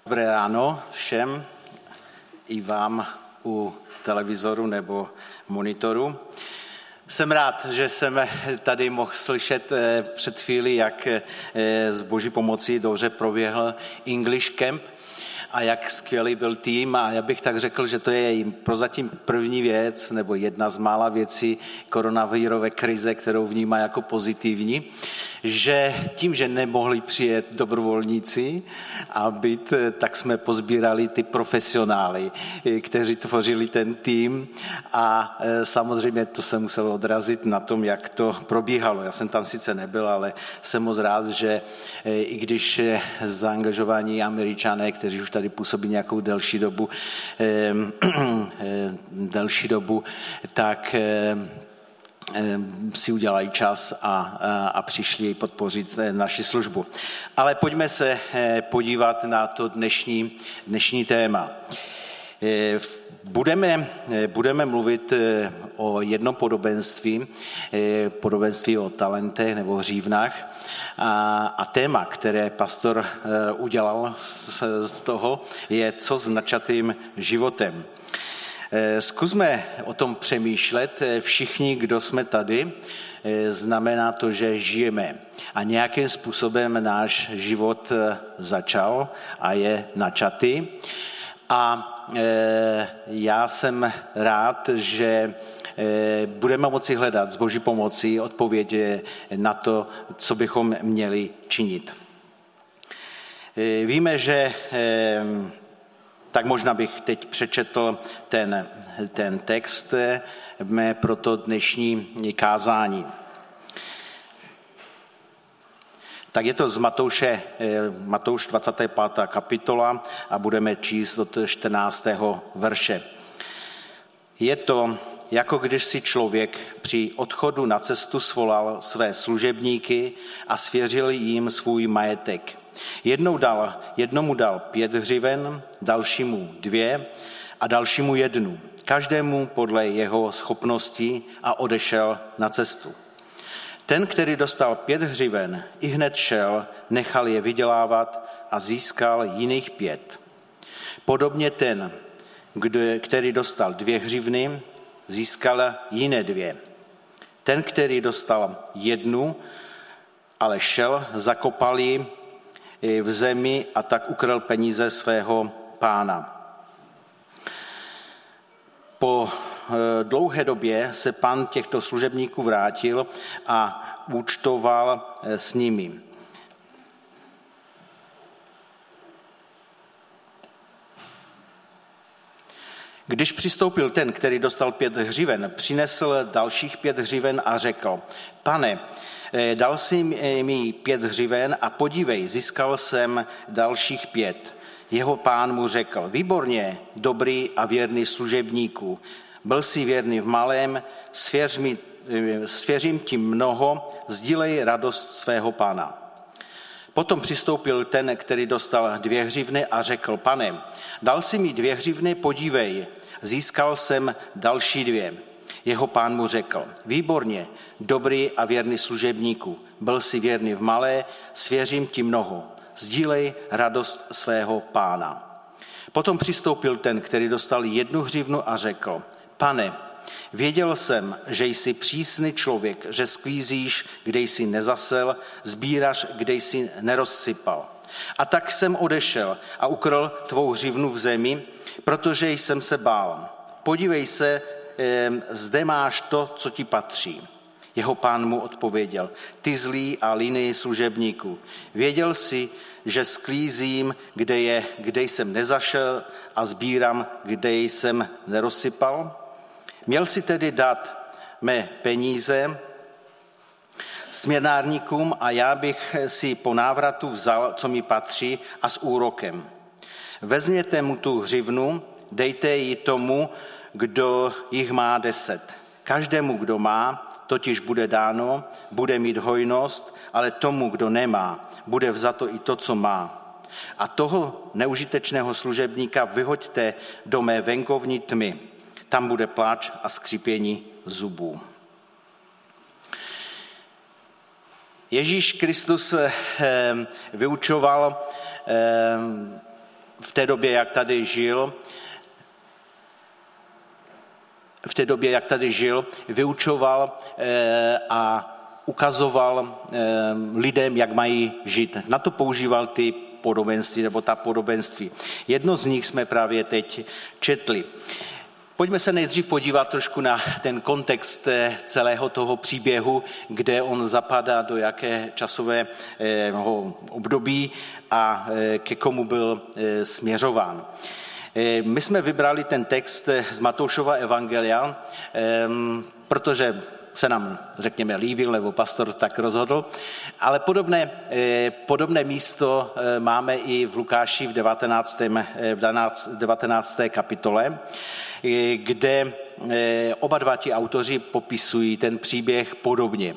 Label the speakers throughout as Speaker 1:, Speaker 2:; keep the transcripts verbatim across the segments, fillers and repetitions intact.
Speaker 1: Dobré ráno všem, i vám u televizoru nebo monitoru. Jsem rád, že jsem tady mohl slyšet před chvíli, jak s Boží pomocí dobře proběhl English Camp a jak skvělý byl tým. A já bych tak řekl, že to je prozatím první věc nebo jedna z mála věcí koronavirové krize, kterou vnímá jako pozitivní, že tím, že nemohli přijet dobrovolníci a být, tak jsme pozbírali ty profesionály, kteří tvořili ten tým a samozřejmě to se muselo odrazit na tom, jak to probíhalo. Já jsem tam sice nebyl, ale jsem moc rád, že i když zaangažovaní Američané, kteří už tady působí nějakou delší dobu, delší dobu, tak si udělají čas a, a, a přišli podpořit naši službu. Ale pojďme se podívat na to dnešní, dnešní téma. Budeme, budeme mluvit o jednom podobenství, podobenství o talentech nebo hřívnách a, a téma, které pastor udělal z, z toho, je co s načatým životem. Zkusme o tom přemýšlet. Všichni, kdo jsme tady, znamená to, že žijeme. A nějakým způsobem náš život začal a je načatý. A já jsem rád, že budeme moci hledat s Boží pomocí odpovědi na to, co bychom měli činit. Víme, že tak možná bych teď přečetl ten, ten text pro to dnešní kázání. Tak je to z Matouše, Matouš dvacátá pátá kapitola a budeme číst od čtrnáctého verše. Je to, jako když si člověk při odchodu na cestu svolal své služebníky a svěřil jim svůj majetek. Jednou dal, jednomu dal pět hřiven, dalšímu dvě a dalšímu jednu, každému podle jeho schopností a odešel na cestu. Ten, který dostal pět hřiven, i hned šel, nechal je vydělávat a získal jiných pět. Podobně ten, který dostal dvě hřivny, získal jiné dvě. Ten, který dostal jednu, ale šel, zakopal ji v zemi a tak ukryl peníze svého pána. Po dlouhé době se pán těchto služebníků vrátil a účtoval s nimi. Když přistoupil ten, který dostal pět hřiven, přinesl dalších pět hřiven a řekl: Pane, dal jsi mi pět hřiven a podívej, získal jsem dalších pět. Jeho pán mu řekl: Výborně, dobrý a věrný služebníku. Byl jsi věrný v malém, svěř mi, svěřím ti mnoho, sdílej radost svého pána. Potom přistoupil ten, který dostal dvě hřivny a řekl: Pane, dal jsi mi dvě hřivny, podívej, získal jsem další dvě. Jeho pán mu řekl: Výborně, dobrý a věrný služebníku. Byl jsi věrný v malé, svěřím ti mnoho. Sdílej radost svého pána. Potom přistoupil ten, který dostal jednu hřivnu a řekl: Pane, věděl jsem, že jsi přísný člověk, že sklízíš, kde jsi nezasel, sbíráš, kde jsi nerozsypal. A tak jsem odešel a ukryl tvou hřivnu v zemi, protože jsem se bál. Podívej se, zde máš to, co ti patří. Jeho pán mu odpověděl: Ty zlý a líný služebníku, věděl jsi, že sklízím, kde je, kde jsem nezašel, a sbírám, kde jsem nerozsypal? Měl si tedy dát mé peníze směnárníkům a já bych si po návratu vzal, co mi patří, a s úrokem. Vezměte mu tu hřivnu, dejte ji tomu, kdo jich má deset. Každému, kdo má, totiž bude dáno, bude mít hojnost, ale tomu, kdo nemá, bude vzato i to, co má. A toho neužitečného služebníka vyhoďte do mé venkovní tmy. Tam bude pláč a skřípění zubů. Ježíš Kristus vyučoval v té době, jak tady žil, v té době, jak tady žil, vyučoval a ukazoval lidem, jak mají žít. Na to používal ty podobenství nebo ta podobenství. Jedno z nich jsme právě teď četli. Pojďme se nejdřív podívat trošku na ten kontext celého toho příběhu, kde on zapadá, do jaké časového období a ke komu byl směřován. My jsme vybrali ten text z Matoušova evangelia, protože se nám, řekněme, líbil, nebo pastor tak rozhodl, ale podobné, podobné místo máme i v Lukáši v devatenácté kapitole, kde oba dva ti autoři popisují ten příběh podobně.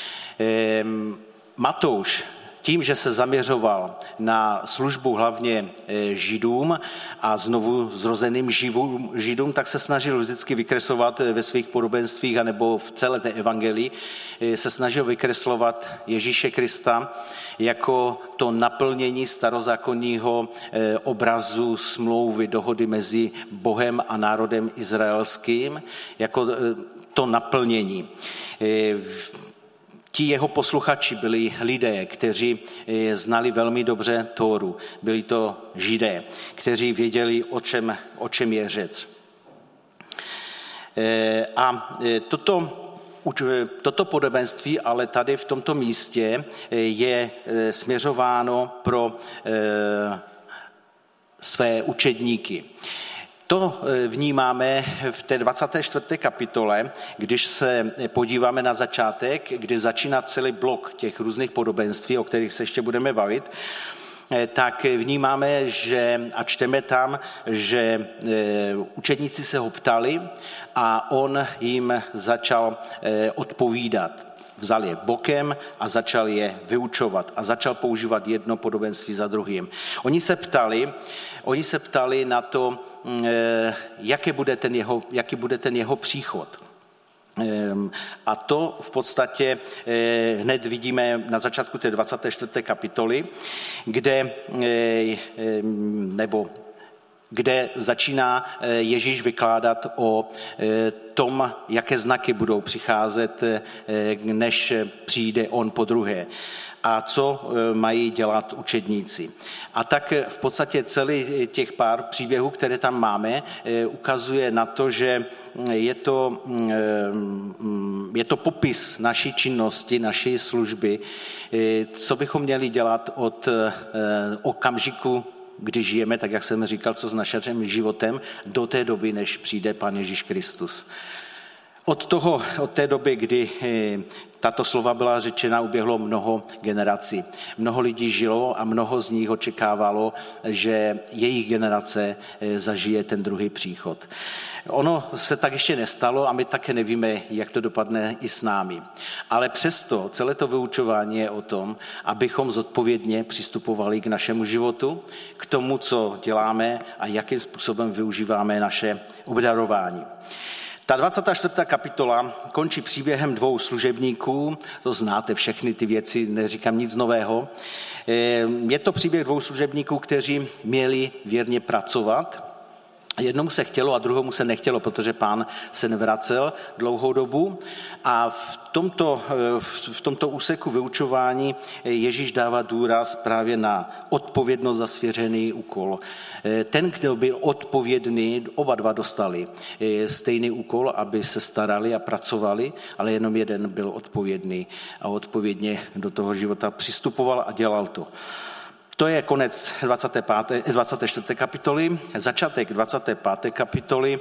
Speaker 1: Matouš tím, že se zaměřoval na službu hlavně Židům a znovu zrozeným Židům, tak se snažil vždycky vykreslovat ve svých podobenstvích anebo v celé té evangelii, se snažil vykreslovat Ježíše Krista jako to naplnění starozákonního obrazu smlouvy, dohody mezi Bohem a národem izraelským, jako to naplnění. Ti jeho posluchači byli lidé, kteří znali velmi dobře Tóru. Byli to Židé, kteří věděli, o čem, o čem je řeč. A toto, toto podobenství, ale tady v tomto místě je směřováno pro své učedníky. To vnímáme v té dvacáté čtvrté kapitole, když se podíváme na začátek, kdy začíná celý blok těch různých podobenství, o kterých se ještě budeme bavit, tak vnímáme, že a čteme tam, že učedníci se ho ptali a on jim začal odpovídat. Vzal je bokem a začal je vyučovat a začal používat jedno podobenství za druhým. Oni se ptali, oni se ptali na to, jaký bude ten jeho, jaký bude ten jeho příchod. A to v podstatě hned vidíme na začátku té dvacáté čtvrté kapitoly, kde nebo kde začíná Ježíš vykládat o tom, jaké znaky budou přicházet, než přijde on podruhé a co mají dělat učedníci. A tak v podstatě celý těch pár příběhů, které tam máme, ukazuje na to, že je to, je to popis naší činnosti, naší služby, co bychom měli dělat od okamžiku, když žijeme, tak jak jsem říkal, co s naším životem, do té doby, než přijde Pán Ježíš Kristus. Od toho, od té doby, kdy tato slova byla řečena, uběhlo mnoho generací. Mnoho lidí žilo a mnoho z nich očekávalo, že jejich generace zažije ten druhý příchod. Ono se tak ještě nestalo a my také nevíme, jak to dopadne i s námi. Ale přesto celé to vyučování je o tom, abychom zodpovědně přistupovali k našemu životu, k tomu, co děláme a jakým způsobem využíváme naše obdarování. Ta dvacátá čtvrtá kapitola končí příběhem dvou služebníků, to znáte všechny ty věci, neříkám nic nového. Je to příběh dvou služebníků, kteří měli věrně pracovat. Jednomu se chtělo a druhému se nechtělo, protože Pán se nevracel dlouhou dobu. A v tomto, v tomto úseku vyučování Ježíš dává důraz právě na odpovědnost za svěřený úkol. Ten, kdo byl odpovědný, oba dva dostali stejný úkol, aby se starali a pracovali, ale jenom jeden byl odpovědný a odpovědně do toho života přistupoval a dělal to. To je konec dvacáté páté, dvacáté čtvrté kapitoly. Začátek dvacáté páté kapitoly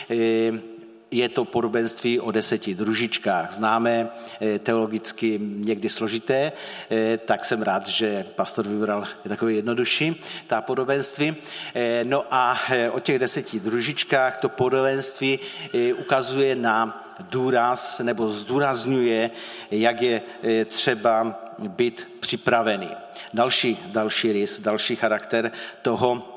Speaker 1: je to podobenství o deseti družičkách. Známe, teologicky někdy složité, tak jsem rád, že pastor vybral takový jednodušší, ta podobenství. No a o těch deseti družičkách to podobenství ukazuje na důraz nebo zdůrazňuje, jak je třeba být připravený. Další, další rys, další charakter toho,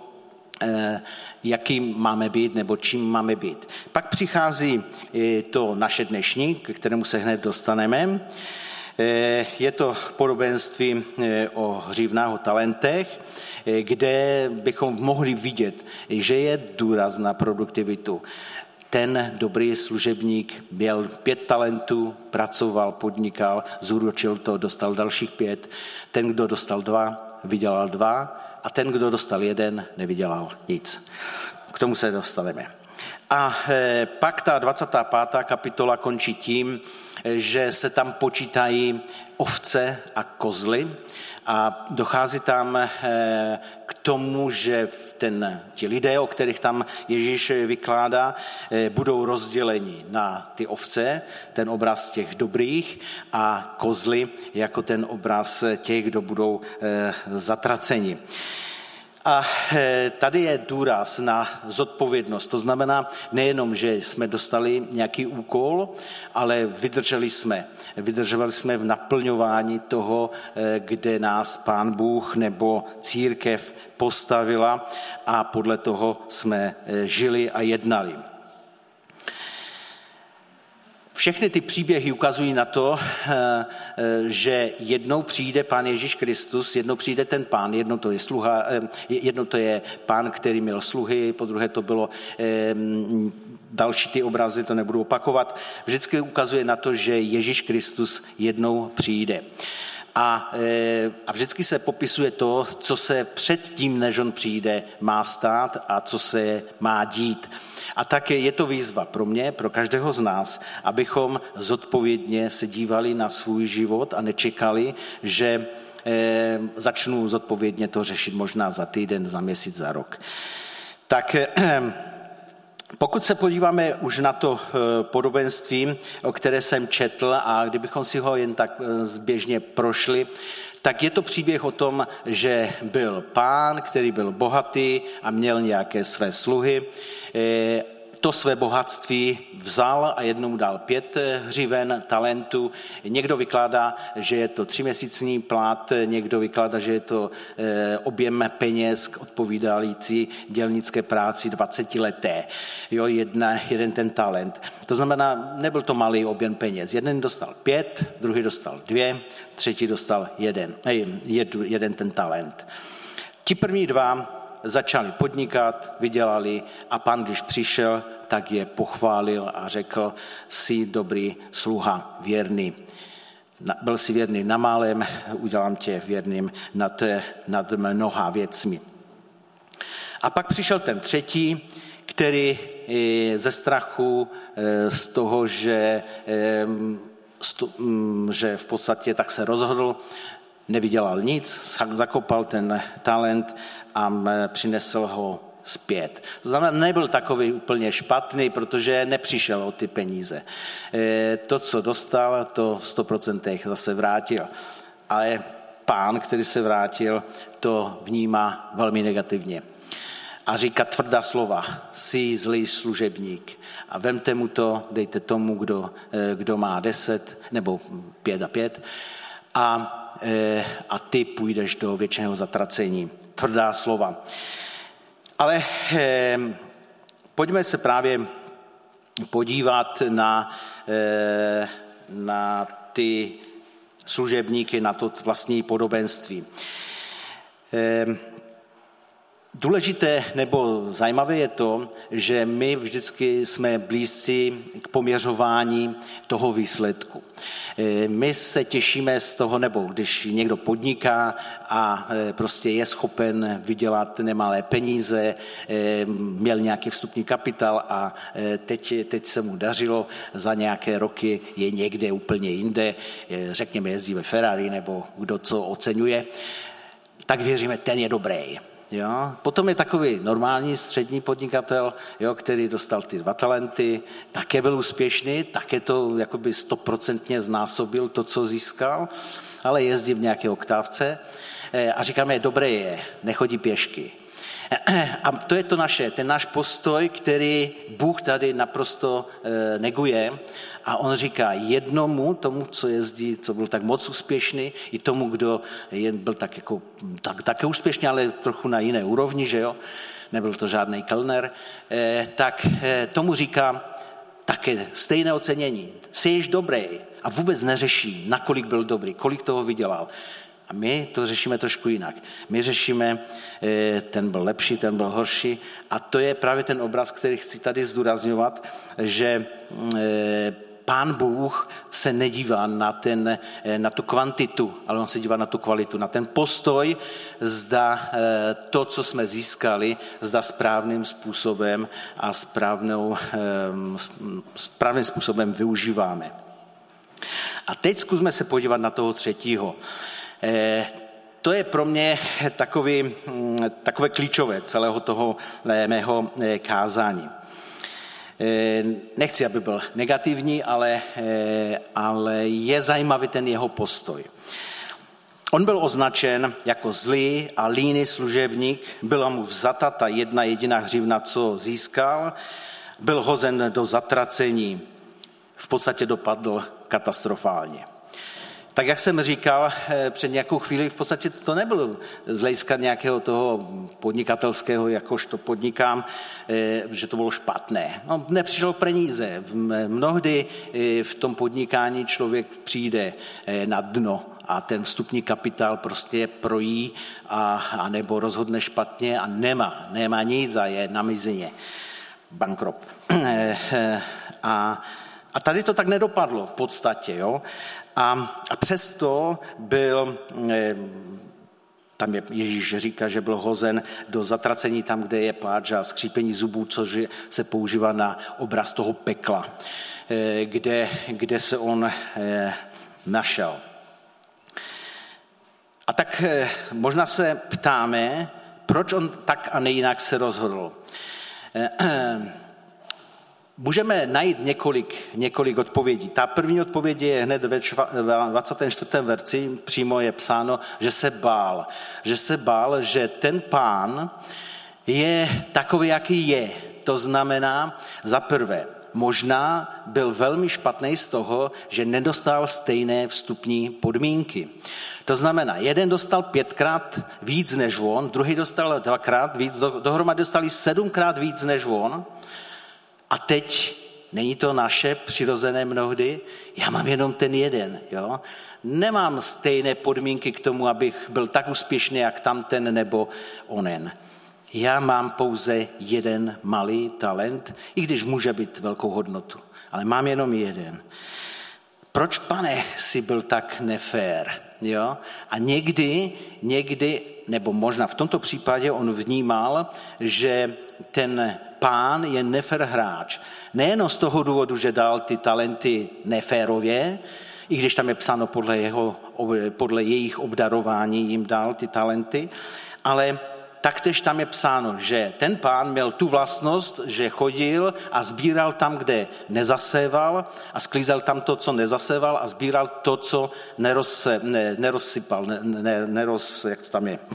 Speaker 1: jakým máme být nebo čím máme být. Pak přichází to naše dnešní, k kterému se hned dostaneme. Je to podobenství o hřivnách, o talentech, kde bychom mohli vidět, že je důraz na produktivitu. Ten dobrý služebník měl pět talentů, pracoval, podnikal, zúročil to, dostal dalších pět. Ten, kdo dostal dva, vydělal dva a ten, kdo dostal jeden, nevydělal nic. K tomu se dostaneme. A pak ta dvacátá pátá kapitola končí tím, že se tam počítají ovce a kozly a dochází tam k tomu, že ten, ti lidé, o kterých tam Ježíš vykládá, budou rozděleni na ty ovce, ten obraz těch dobrých, a kozly jako ten obraz těch, kdo budou zatraceni. A tady je důraz na zodpovědnost. To znamená nejenom, že jsme dostali nějaký úkol, ale vydrželi jsme. Vydrželi jsme v naplňování toho, kde nás Pán Bůh nebo církev postavila, a podle toho jsme žili a jednali. Všechny ty příběhy ukazují na to, že jednou přijde Pán Ježíš Kristus, jednou přijde ten Pán, jednou to je sluha, jednou to je Pán, který měl sluhy, po druhé to bylo další ty obrazy, to nebudu opakovat. Vždycky ukazuje na to, že Ježíš Kristus jednou přijde. A, a vždycky se popisuje to, co se před tím, než on přijde, má stát a co se má dít. A tak je to výzva pro mě, pro každého z nás, abychom zodpovědně se dívali na svůj život a nečekali, že eh, začnu zodpovědně to řešit možná za týden, za měsíc, za rok. Tak eh, pokud se podíváme už na to podobenství, o které jsem četl, a kdybychom si ho jen tak zběžně prošli, tak je to příběh o tom, že byl pán, který byl bohatý a měl nějaké své sluhy. To své bohatství vzal a jednomu dal pět hřiven talentů. Někdo vykládá, že je to tříměsíční plat, někdo vykládá, že je to objem peněz odpovídající dělnické práci dvacetileté. Jo, jedna, jeden ten talent. To znamená, nebyl to malý objem peněz. Jeden dostal pět, druhý dostal dvě, třetí dostal jeden, jeden ten talent. Ti první dva začali podnikat, vydělali, a Pán, když přišel, tak je pochválil a řekl: jsi dobrý sluha, věrný. Byl jsi věrný na malém, udělám tě věrným nad, nad mnoha věcmi. A pak přišel ten třetí, který ze strachu, z toho, že, že v podstatě tak se rozhodl, nevydělal nic, zakopal ten talent a přinesl ho zpět. To znamená, nebyl takový úplně špatný, protože nepřišel o ty peníze. To, co dostal, to v sto procentech zase vrátil. Ale pán, který se vrátil, to vnímá velmi negativně. A říká tvrdá slova: jsi zlý služebník. A vemte mu to, dejte tomu, kdo, kdo má deset nebo pět a pět, a a ty půjdeš do věčného zatracení. Tvrdá slova. Ale eh, pojďme se právě podívat na, eh, na ty služebníky, na to vlastní podobenství. Eh, Důležité nebo zajímavé je to, že my vždycky jsme blízci k poměřování toho výsledku. My se těšíme z toho, nebo když někdo podniká a prostě je schopen vydělat nemalé peníze, měl nějaký vstupní kapitál a teď, teď se mu dařilo, za nějaké roky je někde úplně jinde, řekněme jezdí ve Ferrari nebo kdo co oceňuje, tak věříme, ten je dobrý. Jo? Potom je takový normální střední podnikatel, jo, který dostal ty dva talenty, také byl úspěšný, také to jakoby stoprocentně znásobil to, co získal, ale jezdí v nějaké oktávce a říkáme, dobré je, nechodí pěšky. A to je to naše, ten náš postoj, který Bůh tady naprosto neguje, a on říká jednomu, tomu, co jezdí, co byl tak moc úspěšný, i tomu, kdo jen byl tak jako, tak, také úspěšný, ale trochu na jiné úrovni, že jo, nebyl to žádný kelner, tak tomu říká také stejné ocenění. Jsi již dobrý, a vůbec neřeší, nakolik byl dobrý, kolik toho vydělal. A my to řešíme trošku jinak. My řešíme, ten byl lepší, ten byl horší a to je právě ten obraz, který chci tady zdůrazňovat, že Pán Bůh se nedívá na, ten, na tu kvantitu, ale on se dívá na tu kvalitu, na ten postoj, zda to, co jsme získali, zda správným způsobem a správnou, správným způsobem využíváme. A teď zkusme se podívat na toho třetího. To je pro mě takový, takové klíčové celého toho mého kázání. Nechci, aby byl negativní, ale, ale je zajímavý ten jeho postoj. On byl označen jako zlý a líný služebník, byla mu vzata ta jedna jediná hřivna, co získal, byl hozen do zatracení, v podstatě dopadl katastrofálně. Tak jak jsem říkal před nějakou chvíli, v podstatě to nebylo z hlediska nějakého toho podnikatelského, jakož to podnikám, že to bylo špatné. No, nepřišlo peníze. Mnohdy v tom podnikání člověk přijde na dno a ten vstupní kapitál prostě projí a, a nebo rozhodne špatně a nemá, nemá nic a je na mizině. Bankrot. A A tady to tak nedopadlo v podstatě, jo. A, a přesto byl, tam je Ježíš říká, že byl hozen do zatracení tam, kde je pláč a skřípení zubů, což se používá na obraz toho pekla, kde, kde se on našel. A tak možná se ptáme, proč on tak a nejinak se rozhodl. Můžeme najít několik, několik odpovědí. Ta první odpověď je hned ve dvacátém čtvrtém verci, přímo je psáno, že se bál. Že se bál, že ten pán je takový, jaký je. To znamená, za prvé, možná byl velmi špatný z toho, že nedostal stejné vstupní podmínky. To znamená, jeden dostal pětkrát víc než on, druhý dostal dvakrát víc, dohromady dostali sedmkrát víc než on. A teď není to naše přirozené mnohdy, já mám jenom ten jeden, jo. Nemám stejné podmínky k tomu, abych byl tak úspěšný, jak tamten nebo onen. Já mám pouze jeden malý talent, i když může být velkou hodnotu, ale mám jenom jeden. Proč, Pane, jsi byl tak nefér, jo? A někdy, někdy, nebo možná v tomto případě on vnímal, že ten pán je nefér hráč. Nejenom z toho důvodu, že dal ty talenty neférově, i když tam je psáno podle, jeho, podle jejich obdarování jim dal ty talenty, ale taktéž tam je psáno, že ten pán měl tu vlastnost, že chodil a sbíral tam, kde nezaséval a sklízel tam to, co nezaséval a sbíral to, co nerozse, ne, nerozsypal, ne, ne, neroz, jak to tam je.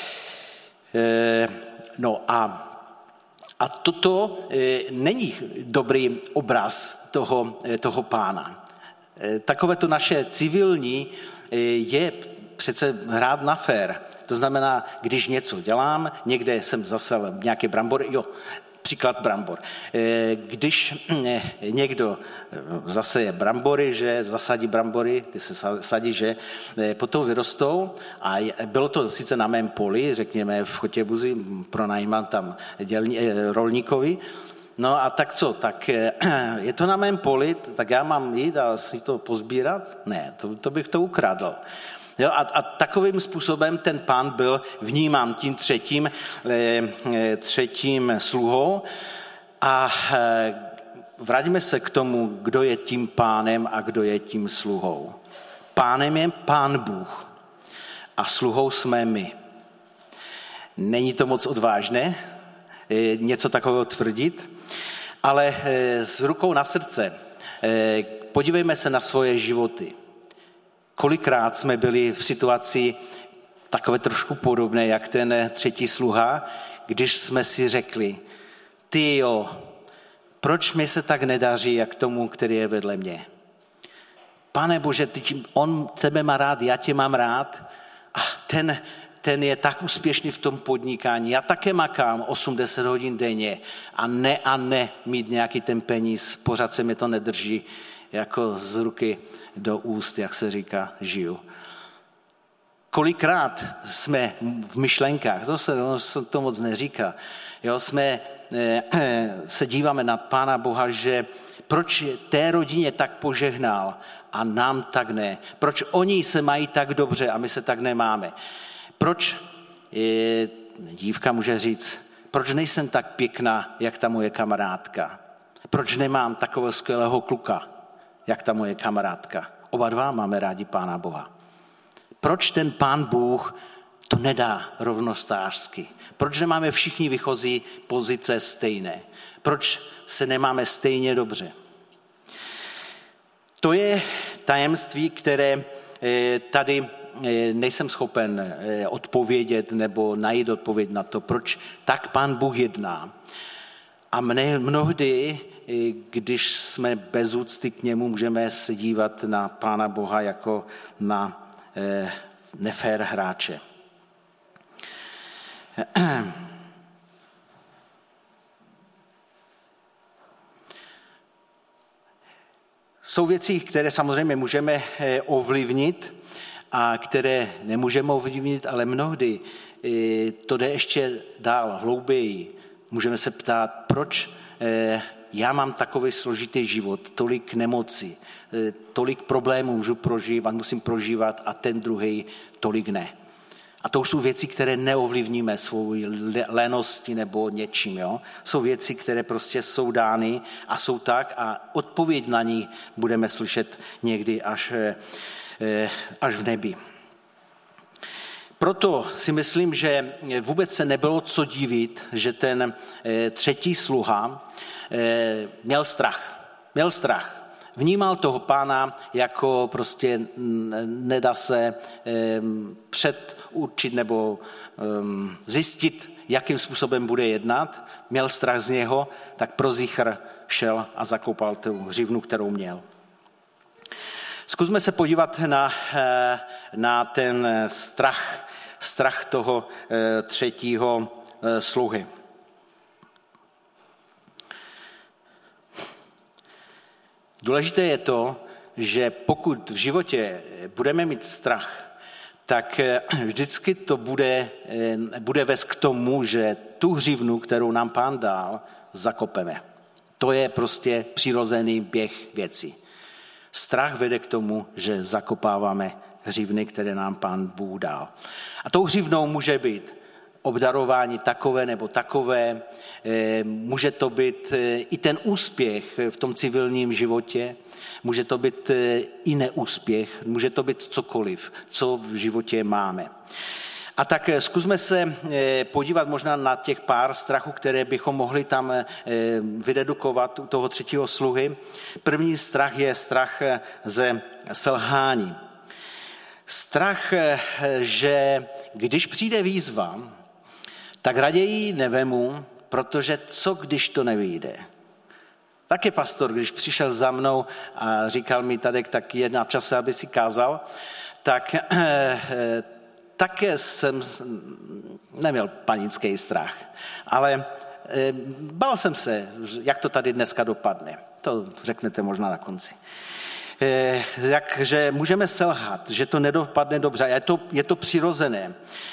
Speaker 1: E, no a A toto není dobrý obraz toho, toho pána. Takové to naše civilní je přece hrát na fér. To znamená, když něco dělám, někde jsem zasel nějaké brambory, jo, příklad brambor. Když někdo zaseje brambory, že zasadí brambory, ty se sadí, že potom vyrostou a bylo to sice na mém poli, řekněme v Chotěbuzi, pronajímám tam dělní, rolníkovi, no a tak co, tak je to na mém poli, tak já mám jít a si to pozbírat? Ne, to, to bych to ukradl. Jo, a, a takovým způsobem ten pán byl vnímán tím třetím, e, třetím sluhou a e, vraťme se k tomu, kdo je tím pánem a kdo je tím sluhou. Pánem je Pán Bůh a sluhou jsme my. Není to moc odvážné e, něco takového tvrdit, ale e, s rukou na srdce e, podívejme se na svoje životy. Kolikrát jsme byli v situaci takové trošku podobné, jak ten třetí sluha, když jsme si řekli, ty jo, proč mi se tak nedaří, jak tomu, který je vedle mě? Pane Bože, ty, on tebe má rád, já tě mám rád a ten, ten je tak úspěšný v tom podnikání. Já také makám osm deset hodin denně a ne a ne mít nějaký ten peníz, pořád se mi to nedrží. jako z ruky do úst, jak se říká, žiju. Kolikrát jsme v myšlenkách, to se to moc neříká, jo, jsme, se díváme na Pána Boha, že proč té rodině tak požehnal a nám tak ne. Proč oni se mají tak dobře a my se tak nemáme. Proč, je, dívka může říct, proč nejsem tak pěkná, jak ta moje kamarádka. Proč nemám takového skvělého kluka, jak ta moje kamarádka. Oba dva máme rádi Pána Boha. Proč ten Pán Bůh to nedá rovnostářsky? Proč nemáme všichni výchozí pozice stejné? Proč se nemáme stejně dobře? To je tajemství, které tady nejsem schopen odpovědět nebo najít odpověď na to, proč tak Pán Bůh jedná. A mnohdy, když jsme bez úcty k němu, můžeme se dívat na Pána Boha jako na nefér hráče. Jsou věci, které samozřejmě můžeme ovlivnit a které nemůžeme ovlivnit, ale mnohdy to jde ještě dál, hlouběji. Můžeme se ptát, proč já mám takový složitý život, tolik nemocí, tolik problémů můžu prožívat, musím prožívat a ten druhý tolik ne. A to už jsou věci, které neovlivníme svou leností nebo něčím. Jo? Jsou věci, které prostě jsou dány a jsou tak a odpověď na ní budeme slyšet někdy až, až v nebi. Proto si myslím, že vůbec se nebylo co divit, že ten třetí sluha měl strach. Měl strach. Vnímal toho Pána jako prostě nedá se předurčit nebo zjistit, jakým způsobem bude jednat. Měl strach z něho, tak pro zichr šel a zakoupal tu hřivnu, kterou měl. Zkusme se podívat na, na ten strach, strach toho třetího sluhy. Důležité je to, že pokud v životě budeme mít strach, tak vždycky to bude, bude vést k tomu, že tu hřivnu, kterou nám Pán dal, zakopeme. To je prostě přirozený běh věcí. Strach vede k tomu, že zakopáváme hřivny, které nám Pán Bůh dal. A tou hřivnou může být obdarování takové nebo takové, může to být i ten úspěch v tom civilním životě, může to být i neúspěch, může to být cokoliv, co v životě máme. A tak zkusme se podívat možná na těch pár strachů, které bychom mohli tam vydedukovat u toho třetího sluhy. První strach je strach ze selhání. Strach, že když přijde výzva, tak raději nevemu, protože co když to nevyjde. Taky pastor, když přišel za mnou a říkal mi tady, tak je na čase, aby si kázal, tak také jsem neměl panický strach, ale bál jsem se, jak to tady dneska dopadne. To řeknete možná na konci. Jak, že můžeme selhat, že to nedopadne dobře. Je to, je to přirozené.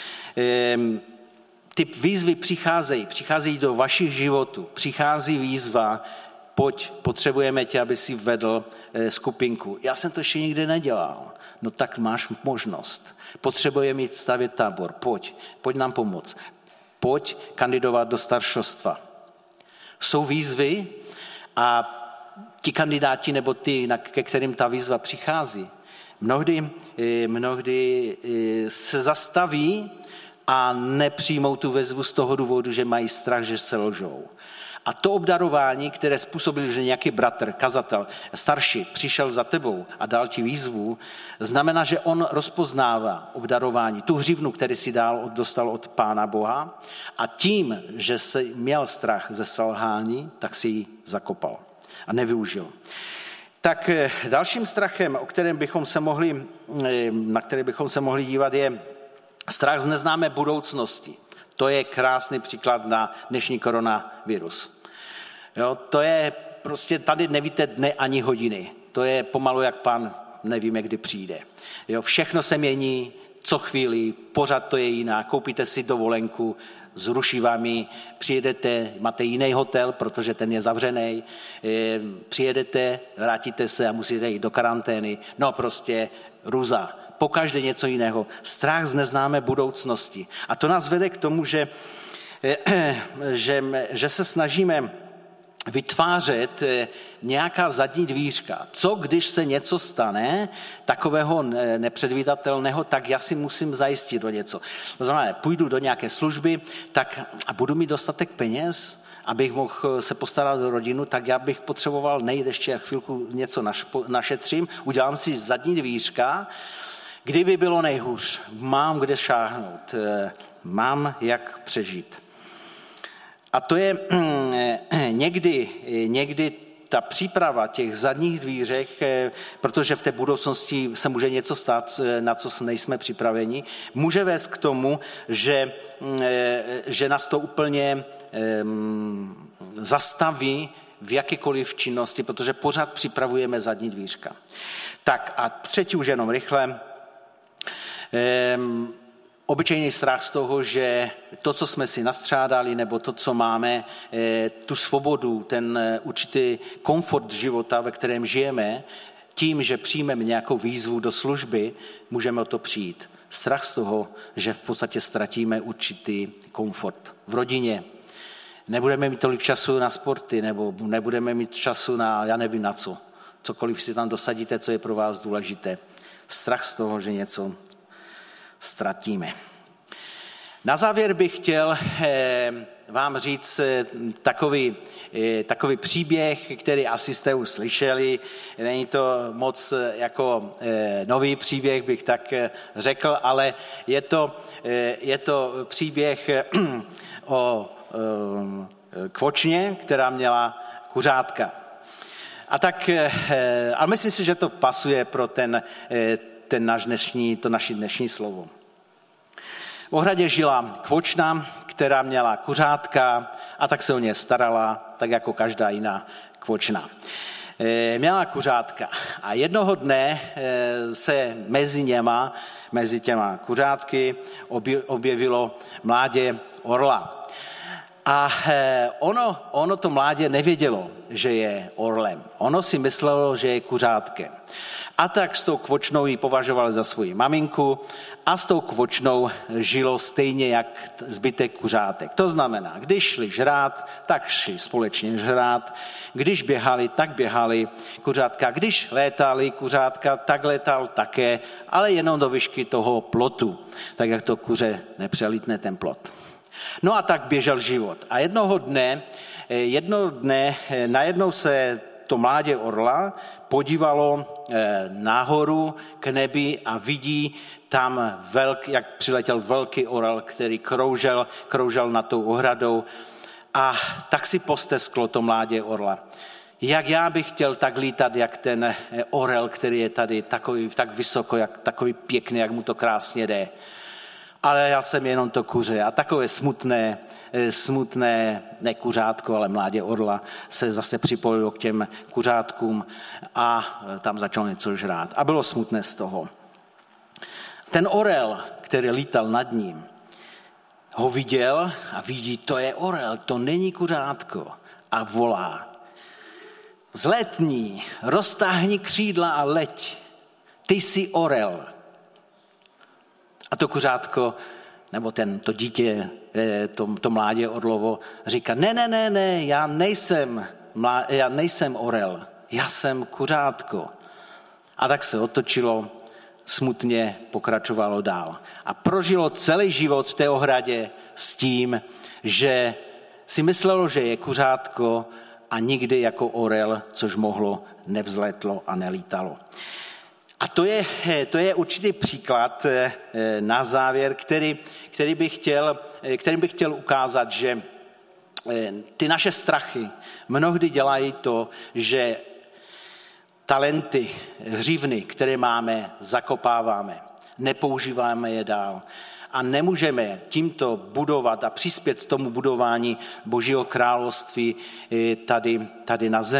Speaker 1: Ty výzvy přicházejí, přicházejí do vašich životů. Přichází výzva, pojď, potřebujeme tě, aby si vedl skupinku. Já jsem to ještě nikdy nedělal. No tak máš možnost. Potřebujeme mít stavět tábor. Pojď, pojď nám pomoct. Pojď kandidovat do staršostva. Jsou výzvy a ti kandidáti nebo ty, ke kterým ta výzva přichází, mnohdy, mnohdy se zastaví a nepřijmou tu výzvu z toho důvodu, že mají strach, že se lžou. A to obdarování, které způsobil, že nějaký bratr, kazatel, starší přišel za tebou a dal ti výzvu, znamená, že on rozpoznává obdarování, tu hřivnu, který si dal, dostal od Pána Boha a tím, že se měl strach ze selhání, tak si ji zakopal a nevyužil. Tak dalším strachem, o kterém bychom se mohli, na který bychom se mohli dívat, je strach z neznámé budoucnosti. To je krásný příklad na dnešní koronavirus. Jo, to je prostě, tady nevíte dne ani hodiny. to je pomalu jak Pán, nevíme, kdy přijde. Jo, všechno se mění, co chvíli, pořád to je jiná, koupíte si dovolenku, zruší vám ji, přijedete, máte jiný hotel, protože ten je zavřený, přijedete, vrátíte se a musíte jít do karantény, no prostě růza, pokaždé něco jiného, strach z neznámé budoucnosti. A to nás vede k tomu, že, že, že se snažíme vytvářet nějaká zadní dvířka. Co když se něco stane takového nepředvídatelného, tak já si musím zajistit do něco. To znamená, půjdu do nějaké služby tak a budu mít dostatek peněz, abych mohl se postarat o rodinu, tak já bych potřeboval nejít ještě chvilku něco našetřím, udělám si zadní dvířka, kdyby bylo nejhůř. Mám kde šáhnout, mám jak přežít. A to je někdy, někdy ta příprava těch zadních dvířek, protože v té budoucnosti se může něco stát, na co nejsme připraveni, může vést k tomu, že, že nás to úplně zastaví v jakékoliv činnosti, protože pořád připravujeme zadní dvířka. Tak a třetí už jenom rychle. Obyčejný strach z toho, že to, co jsme si nastřádali, nebo to, co máme, tu svobodu, ten určitý komfort života, ve kterém žijeme, tím, že přijmeme nějakou výzvu do služby, můžeme o to přijít. Strach z toho, že v podstatě ztratíme určitý komfort v rodině. Nebudeme mít tolik času na sporty, nebo nebudeme mít času na, já nevím na co. Cokoliv si tam dosadíte, co je pro vás důležité. Strach z toho, že něco ztratíme. Na závěr bych chtěl vám říct takový, takový příběh, který asi jste už slyšeli. Není to moc jako nový příběh, bych tak řekl, ale je to, je to příběh o kvočně, která měla kuřátka. A tak, ale myslím si, že to pasuje pro ten ten náš dnešní, to naše dnešní slovo. V ohradě žila kvočna, která měla kuřátka a tak se o ně starala, tak jako každá jiná kvočna. Měla kuřátka a jednoho dne se mezi něma, mezi těma kuřátky objevilo mládě orla. A ono, ono to mládě nevědělo, že je orlem. Ono si myslelo, že je kuřátkem. A tak s tou kvočnou ji považoval za svoji maminku a s tou kvočnou žilo stejně jak zbytek kuřátek. To znamená, když šli žrát, tak šli společně žrát, když běhali, tak běhali kuřátka, když létali kuřátka, tak létal také, ale jenom do výšky toho plotu, tak jak to kuře nepřelítne ten plot. No a tak běžel život. A jednoho dne, jednoho dne najednou se to mládě orla podívalo nahoru k nebi a vidí tam, velký, jak přiletěl velký orel, který kroužel, kroužel nad tou ohradou a tak si postesklo to mládě orla. Jak já bych chtěl tak lítat, jak ten orel, který je tady takový, tak vysoko, jak, takový pěkný, jak mu to krásně jde. Ale já jsem jenom to kuře a takové smutné, smutné, ne kuřátko, ale mládě orla se zase připojilo k těm kuřátkům a tam začal něco žrát. A bylo smutné z toho. Ten orel, který lítal nad ním, ho viděl a vidí, to je orel, to není kuřátko. A volá, zletní, roztáhni křídla a leď, ty jsi orel. A to kuřátko, nebo ten, to dítě, to, to mládě orlovo říká, ne, ne, ne, ne, já nejsem, mlá, já nejsem orel, já jsem kuřátko. A tak se otočilo, smutně pokračovalo dál. A prožilo celý život v té ohradě s tím, že si myslelo, že je kuřátko a nikdy jako orel, což mohlo, nevzletlo a nelítalo. A to je, to je určitý příklad na závěr, který, který bych chtěl, kterým bych chtěl ukázat, že ty naše strachy mnohdy dělají to, že talenty, hřivny, které máme, zakopáváme, nepoužíváme je dál a nemůžeme tímto budovat a přispět tomu budování Božího království tady, tady na zemi.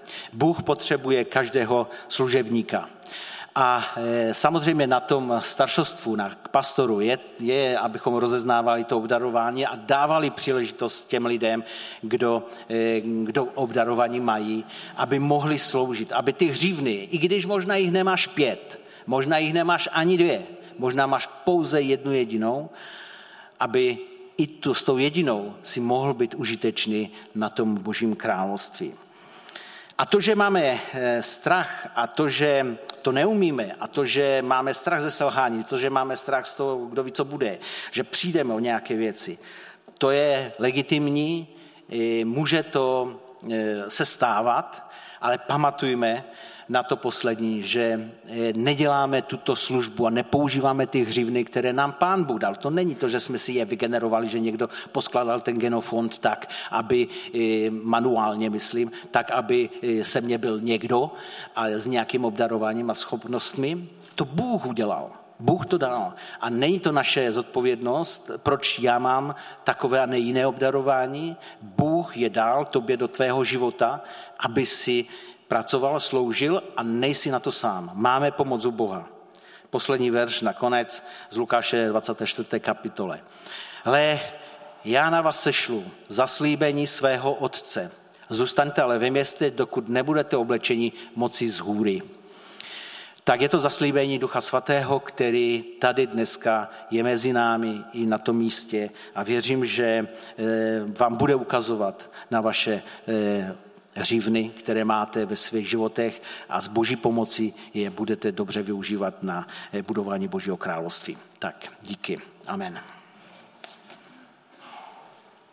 Speaker 1: Bůh potřebuje každého služebníka. A samozřejmě na tom staršostvu, na pastoru je, je, abychom rozeznávali to obdarování a dávali příležitost těm lidem, kdo, kdo obdarování mají, aby mohli sloužit, aby ty hřívny, i když možná jich nemáš pět, možná jich nemáš ani dvě, možná máš pouze jednu jedinou, aby i tu, s tou jedinou si mohl být užitečný na tom Božím království. A to, že máme strach a to, že to neumíme a to, že máme strach ze selhání, to, že máme strach z toho, kdo ví, co bude, že přijdeme o nějaké věci, to je legitimní, může to se stávat, ale pamatujme na to poslední, že neděláme tuto službu a nepoužíváme ty hřivny, které nám Pán Bůh dal. To není to, že jsme si je vygenerovali, že někdo poskládal ten genofond tak, aby manuálně, myslím, tak, aby se mě byl někdo a s nějakým obdarováním a schopnostmi. To Bůh udělal. Bůh to dal. A není to naše zodpovědnost, proč já mám takové a ne jiné obdarování. Bůh je dal tobě do tvého života, aby si pracoval, sloužil a nejsi na to sám. Máme pomoc u Boha. Poslední verš nakonec z Lukáše dvacáté čtvrté kapitole. Hle, já na vás sešlu zaslíbení svého otce. Zůstaňte ale ve městě, dokud nebudete oblečeni moci z hůry. Tak je to zaslíbení Ducha Svatého, který tady dneska je mezi námi i na tom místě a věřím, že vám bude ukazovat na vaše hřívny, které máte ve svých životech a s Boží pomocí je budete dobře využívat na budování Božího království. Tak, díky. Amen.